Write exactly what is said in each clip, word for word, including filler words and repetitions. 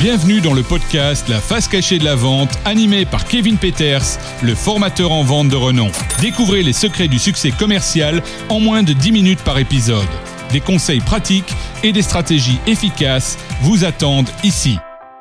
Bienvenue dans le podcast La face cachée de la vente, animé par Kevin Peters, le formateur en vente de renom. Découvrez les secrets du succès commercial en moins de dix minutes par épisode. Des conseils pratiques et des stratégies efficaces vous attendent ici.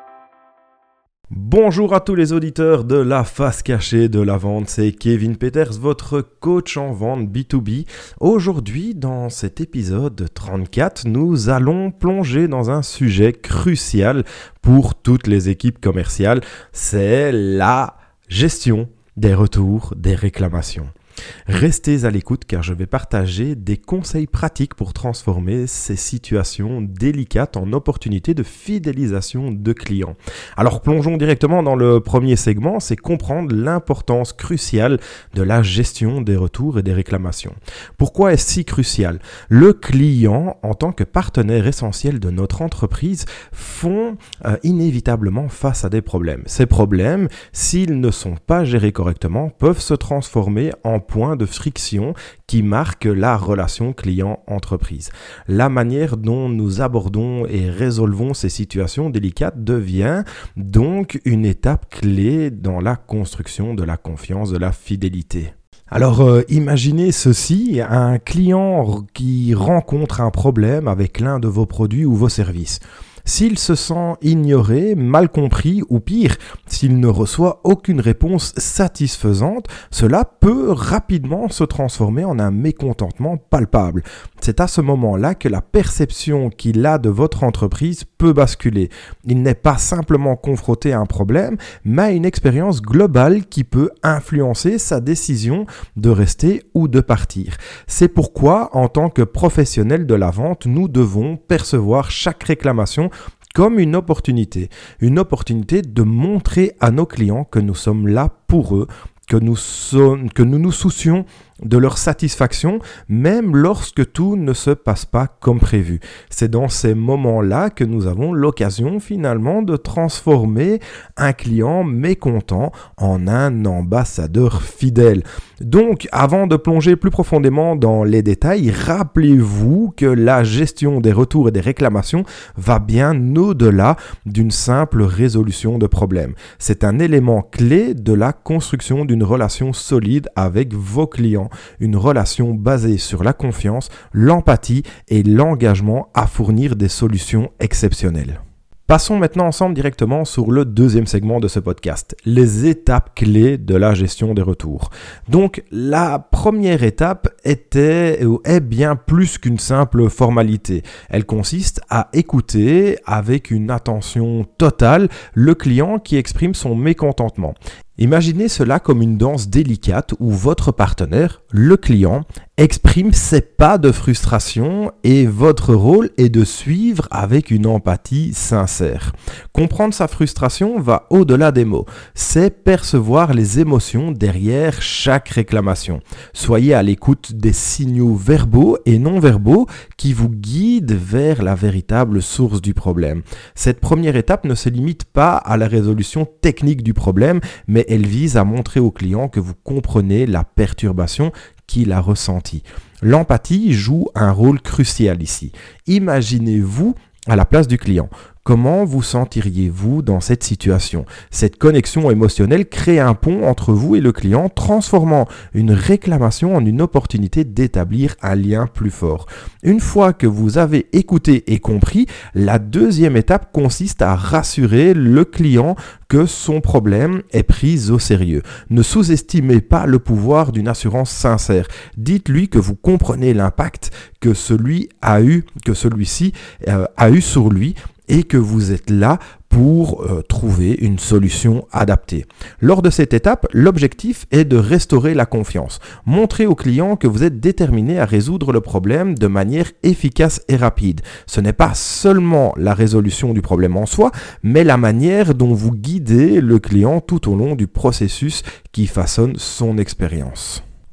Bonjour à tous les auditeurs de La face cachée de la vente, c'est Kevin Peters, votre coach en vente B deux B. Aujourd'hui, dans cet épisode trente-quatre, nous allons plonger dans un sujet crucial pour toutes les équipes commerciales, c'est la gestion des retours, des réclamations. Restez à l'écoute car je vais partager des conseils pratiques pour transformer ces situations délicates en opportunités de fidélisation de clients. Alors plongeons directement dans le premier segment, c'est comprendre l'importance cruciale de la gestion des retours et des réclamations. Pourquoi est-ce si crucial ? Le client, en tant que partenaire essentiel de notre entreprise, font euh, inévitablement face à des problèmes. Ces problèmes, s'ils ne sont pas gérés correctement, peuvent se transformer en point de friction qui marque la relation client-entreprise. La manière dont nous abordons et résolvons ces situations délicates devient donc une étape clé dans la construction de la confiance, de la fidélité. Alors euh, imaginez ceci, un client qui rencontre un problème avec l'un de vos produits ou vos services. S'il se sent ignoré, mal compris ou pire, s'il ne reçoit aucune réponse satisfaisante, cela peut rapidement se transformer en un mécontentement palpable. C'est à ce moment-là que la perception qu'il a de votre entreprise peut basculer. Il n'est pas simplement confronté à un problème, mais à une expérience globale qui peut influencer sa décision de rester ou de partir. C'est pourquoi, en tant que professionnels de la vente, nous devons percevoir chaque réclamation comme une opportunité, une opportunité de montrer à nos clients que nous sommes là pour eux, que nous, sommes, que nous nous soucions de leur satisfaction, même lorsque tout ne se passe pas comme prévu. C'est dans ces moments-là que nous avons l'occasion finalement de transformer un client mécontent en un ambassadeur fidèle. Donc, avant de plonger plus profondément dans les détails, rappelez-vous que la gestion des retours et des réclamations va bien au-delà d'une simple résolution de problèmes. C'est un élément clé de la construction d'une relation solide avec vos clients. Une relation basée sur la confiance, l'empathie et l'engagement à fournir des solutions exceptionnelles. Passons maintenant ensemble directement sur le deuxième segment de ce podcast, les étapes clés de la gestion des retours. Donc, la première étape était ou est bien plus qu'une simple formalité. Elle consiste à écouter avec une attention totale le client qui exprime son mécontentement. Imaginez cela comme une danse délicate où votre partenaire, le client, exprime ses pas de frustration et votre rôle est de suivre avec une empathie sincère. Comprendre sa frustration va au-delà des mots. C'est percevoir les émotions derrière chaque réclamation. Soyez à l'écoute des signaux verbaux et non verbaux qui vous guident vers la véritable source du problème. Cette première étape ne se limite pas à la résolution technique du problème, mais elle vise à montrer au client que vous comprenez la perturbation qu'il a ressentie. L'empathie joue un rôle crucial ici. Imaginez-vous à la place du client. Comment vous sentiriez-vous dans cette situation ? Cette connexion émotionnelle crée un pont entre vous et le client, transformant une réclamation en une opportunité d'établir un lien plus fort. Une fois que vous avez écouté et compris, la deuxième étape consiste à rassurer le client que son problème est pris au sérieux. Ne sous-estimez pas le pouvoir d'une assurance sincère. Dites-lui que vous comprenez l'impact que celui a eu, que celui-ci euh, a eu sur lui, et que vous êtes là pour euh, trouver une solution adaptée. Lors de cette étape, l'objectif est de restaurer la confiance. Montrez au client que vous êtes déterminé à résoudre le problème de manière efficace et rapide. Ce n'est pas seulement la résolution du problème en soi, mais la manière dont vous guidez le client tout au long du processus qui façonne son expérience.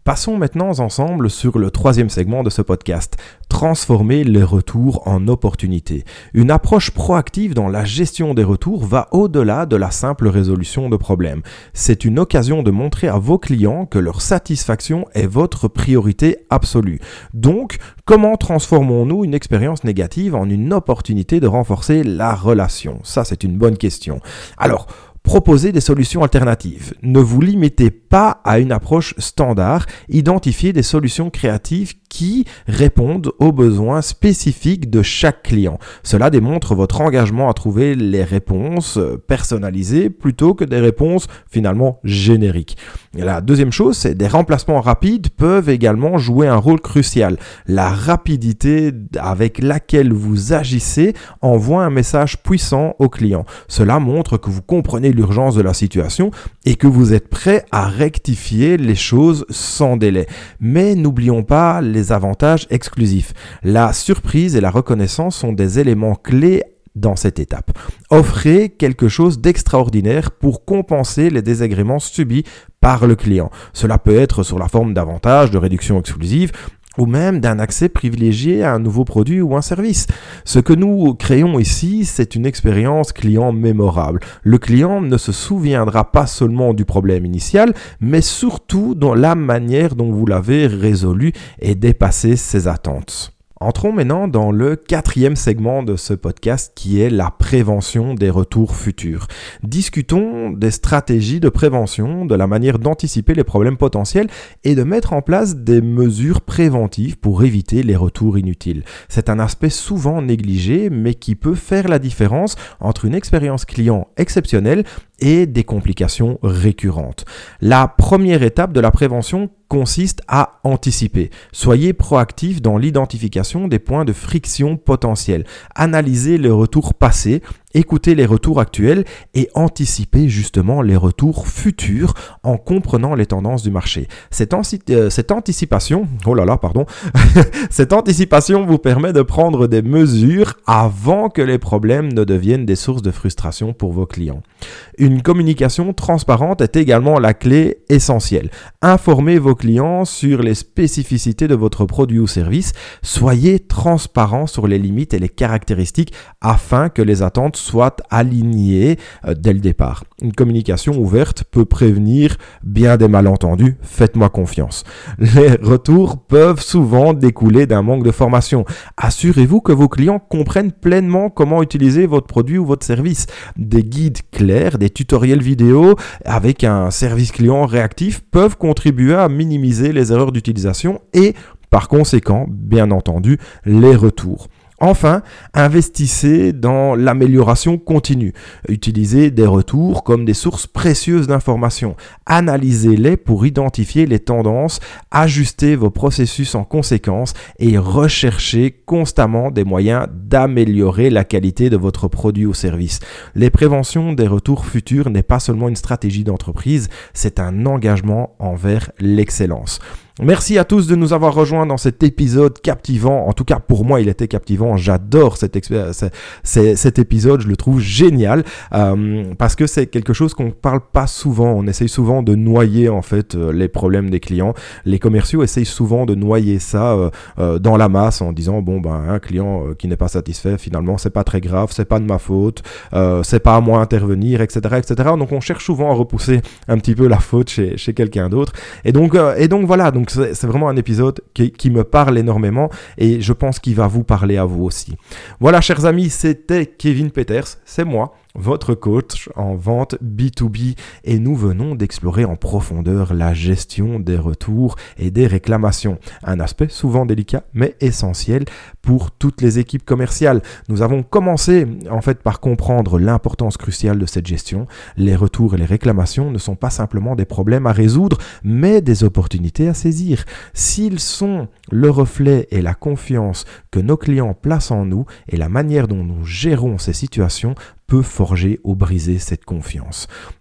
Passons maintenant ensemble sur le troisième segment de ce podcast, transformer les retours en opportunités. Une approche proactive dans la gestion des retours va au-delà de la simple résolution de problèmes. C'est une occasion de montrer à vos clients que leur satisfaction est votre priorité absolue. Donc, comment transformons-nous une expérience négative en une opportunité de renforcer la relation? Ça, c'est une bonne question. Alors, proposez des solutions alternatives. Ne vous limitez pas à une approche standard. Identifiez des solutions créatives qui répondent aux besoins spécifiques de chaque client. Cela démontre votre engagement à trouver les réponses personnalisées plutôt que des réponses finalement génériques. Et la deuxième chose, c'est des remplacements rapides peuvent également jouer un rôle crucial. La rapidité avec laquelle vous agissez envoie un message puissant au client. Cela montre que vous comprenez l'urgence de la situation et que vous êtes prêt à rectifier les choses sans délai. Mais n'oublions pas les avantages exclusifs. La surprise et la reconnaissance sont des éléments clés dans cette étape. Offrez quelque chose d'extraordinaire pour compenser les désagréments subis par le client. Cela peut être sous la forme d'avantages, de réductions exclusives, ou même d'un accès privilégié à un nouveau produit ou un service. Ce que nous créons ici, c'est une expérience client mémorable. Le client ne se souviendra pas seulement du problème initial, mais surtout dans la manière dont vous l'avez résolu et dépassé ses attentes. Entrons maintenant dans le quatrième segment de ce podcast qui est la prévention des retours futurs. Discutons des stratégies de prévention, de la manière d'anticiper les problèmes potentiels et de mettre en place des mesures préventives pour éviter les retours inutiles. C'est un aspect souvent négligé mais qui peut faire la différence entre une expérience client exceptionnelle et des complications récurrentes. La première étape de la prévention consiste à anticiper. Soyez proactif dans l'identification des points de friction potentiels. Analysez les retours passés, écoutez les retours actuels et anticipez justement les retours futurs en comprenant les tendances du marché. Cette, anci- euh, cette anticipation, oh là là, pardon, cette anticipation vous permet de prendre des mesures avant que les problèmes ne deviennent des sources de frustration pour vos clients. Une communication transparente est également la clé essentielle. Informez vos clients sur les spécificités de votre produit ou service. Soyez transparent sur les limites et les caractéristiques afin que les attentes soient alignées euh, dès le départ. Une communication ouverte peut prévenir bien des malentendus. Faites-moi confiance. Les retours peuvent souvent découler d'un manque de formation. Assurez-vous que vos clients comprennent pleinement comment utiliser votre produit ou votre service. Des guides clairs, des tutoriels vidéo avec un service client réactif peuvent contribuer à minimiser les erreurs d'utilisation et, par conséquent, bien entendu, les retours. Enfin, investissez dans l'amélioration continue. Utilisez des retours comme des sources précieuses d'informations. Analysez-les pour identifier les tendances, ajustez vos processus en conséquence et recherchez constamment des moyens d'améliorer la qualité de votre produit ou service. Les préventions des retours futurs n'est pas seulement une stratégie d'entreprise, c'est un engagement envers l'excellence. Merci à tous de nous avoir rejoints dans cet épisode captivant. En tout cas, pour moi, il était captivant. J'adore cet, expé- c- cet épisode. Je le trouve génial euh, parce que c'est quelque chose qu'on ne parle pas souvent. On essaye souvent de noyer en fait euh, les problèmes des clients. Les commerciaux essayent souvent de noyer ça euh, euh, dans la masse en disant bon ben un client euh, qui n'est pas satisfait, finalement c'est pas très grave, c'est pas de ma faute, euh, c'est pas à moi d'intervenir, et cetera, et cetera. Donc on cherche souvent à repousser un petit peu la faute chez chez quelqu'un d'autre. Et donc euh, et donc voilà. Donc C'est, c'est vraiment un épisode qui, qui me parle énormément et je pense qu'il va vous parler à vous aussi. Voilà, chers amis, c'était Kevin Peters, c'est moi, votre coach en vente B deux B et nous venons d'explorer en profondeur la gestion des retours et des réclamations. Un aspect souvent délicat mais essentiel pour toutes les équipes commerciales. Nous avons commencé en fait par comprendre l'importance cruciale de cette gestion. Les retours et les réclamations ne sont pas simplement des problèmes à résoudre mais des opportunités à saisir. S'ils sont le reflet et la confiance que nos clients placent en nous et la manière dont nous gérons ces situations peut forger ou briser cette confiance.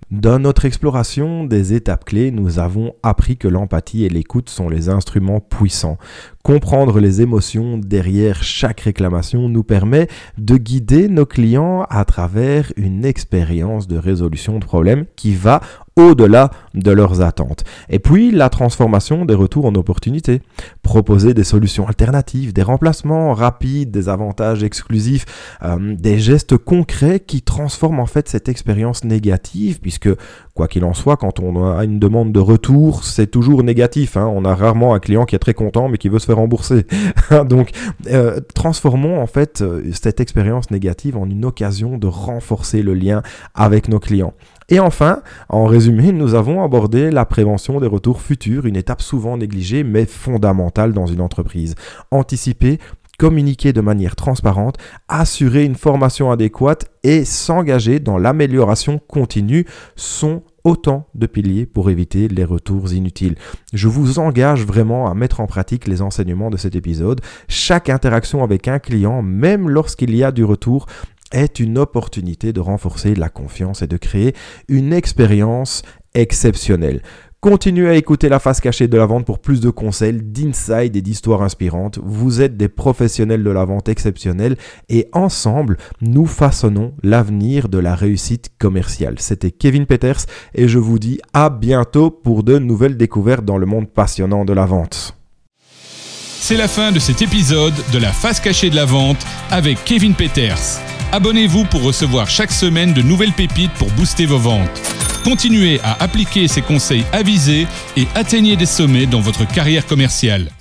Dans notre exploration des étapes clés, nous avons appris que l'empathie et l'écoute sont les instruments puissants. Comprendre les émotions derrière chaque réclamation nous permet de guider nos clients à travers une expérience de résolution de problèmes qui va au-delà de leurs attentes. Et puis, la transformation des retours en opportunités. Proposer des solutions alternatives, des remplacements rapides, des avantages exclusifs, euh, des gestes concrets qui transforment en fait cette expérience négative, puisque, quoi qu'il en soit, quand on a une demande de retour, c'est toujours négatif. Hein. On a rarement un client qui est très content, mais qui veut se faire rembourser. Donc, euh, transformons en fait cette expérience négative en une occasion de renforcer le lien avec nos clients. Et enfin, en résumé, nous avons abordé la prévention des retours futurs, une étape souvent négligée mais fondamentale dans une entreprise. Anticiper, communiquer de manière transparente, assurer une formation adéquate et s'engager dans l'amélioration continue sont autant de piliers pour éviter les retours inutiles. Je vous engage vraiment à mettre en pratique les enseignements de cet épisode. Chaque interaction avec un client, même lorsqu'il y a du retour, est une opportunité de renforcer la confiance et de créer une expérience exceptionnelle. Continuez à écouter la face cachée de la vente pour plus de conseils, d'insights et d'histoires inspirantes. Vous êtes des professionnels de la vente exceptionnels et ensemble, nous façonnons l'avenir de la réussite commerciale. C'était Kevin Peters et je vous dis à bientôt pour de nouvelles découvertes dans le monde passionnant de la vente. C'est la fin de cet épisode de la face cachée de la vente avec Kevin Peters. Abonnez-vous pour recevoir chaque semaine de nouvelles pépites pour booster vos ventes. Continuez à appliquer ces conseils avisés et atteignez des sommets dans votre carrière commerciale.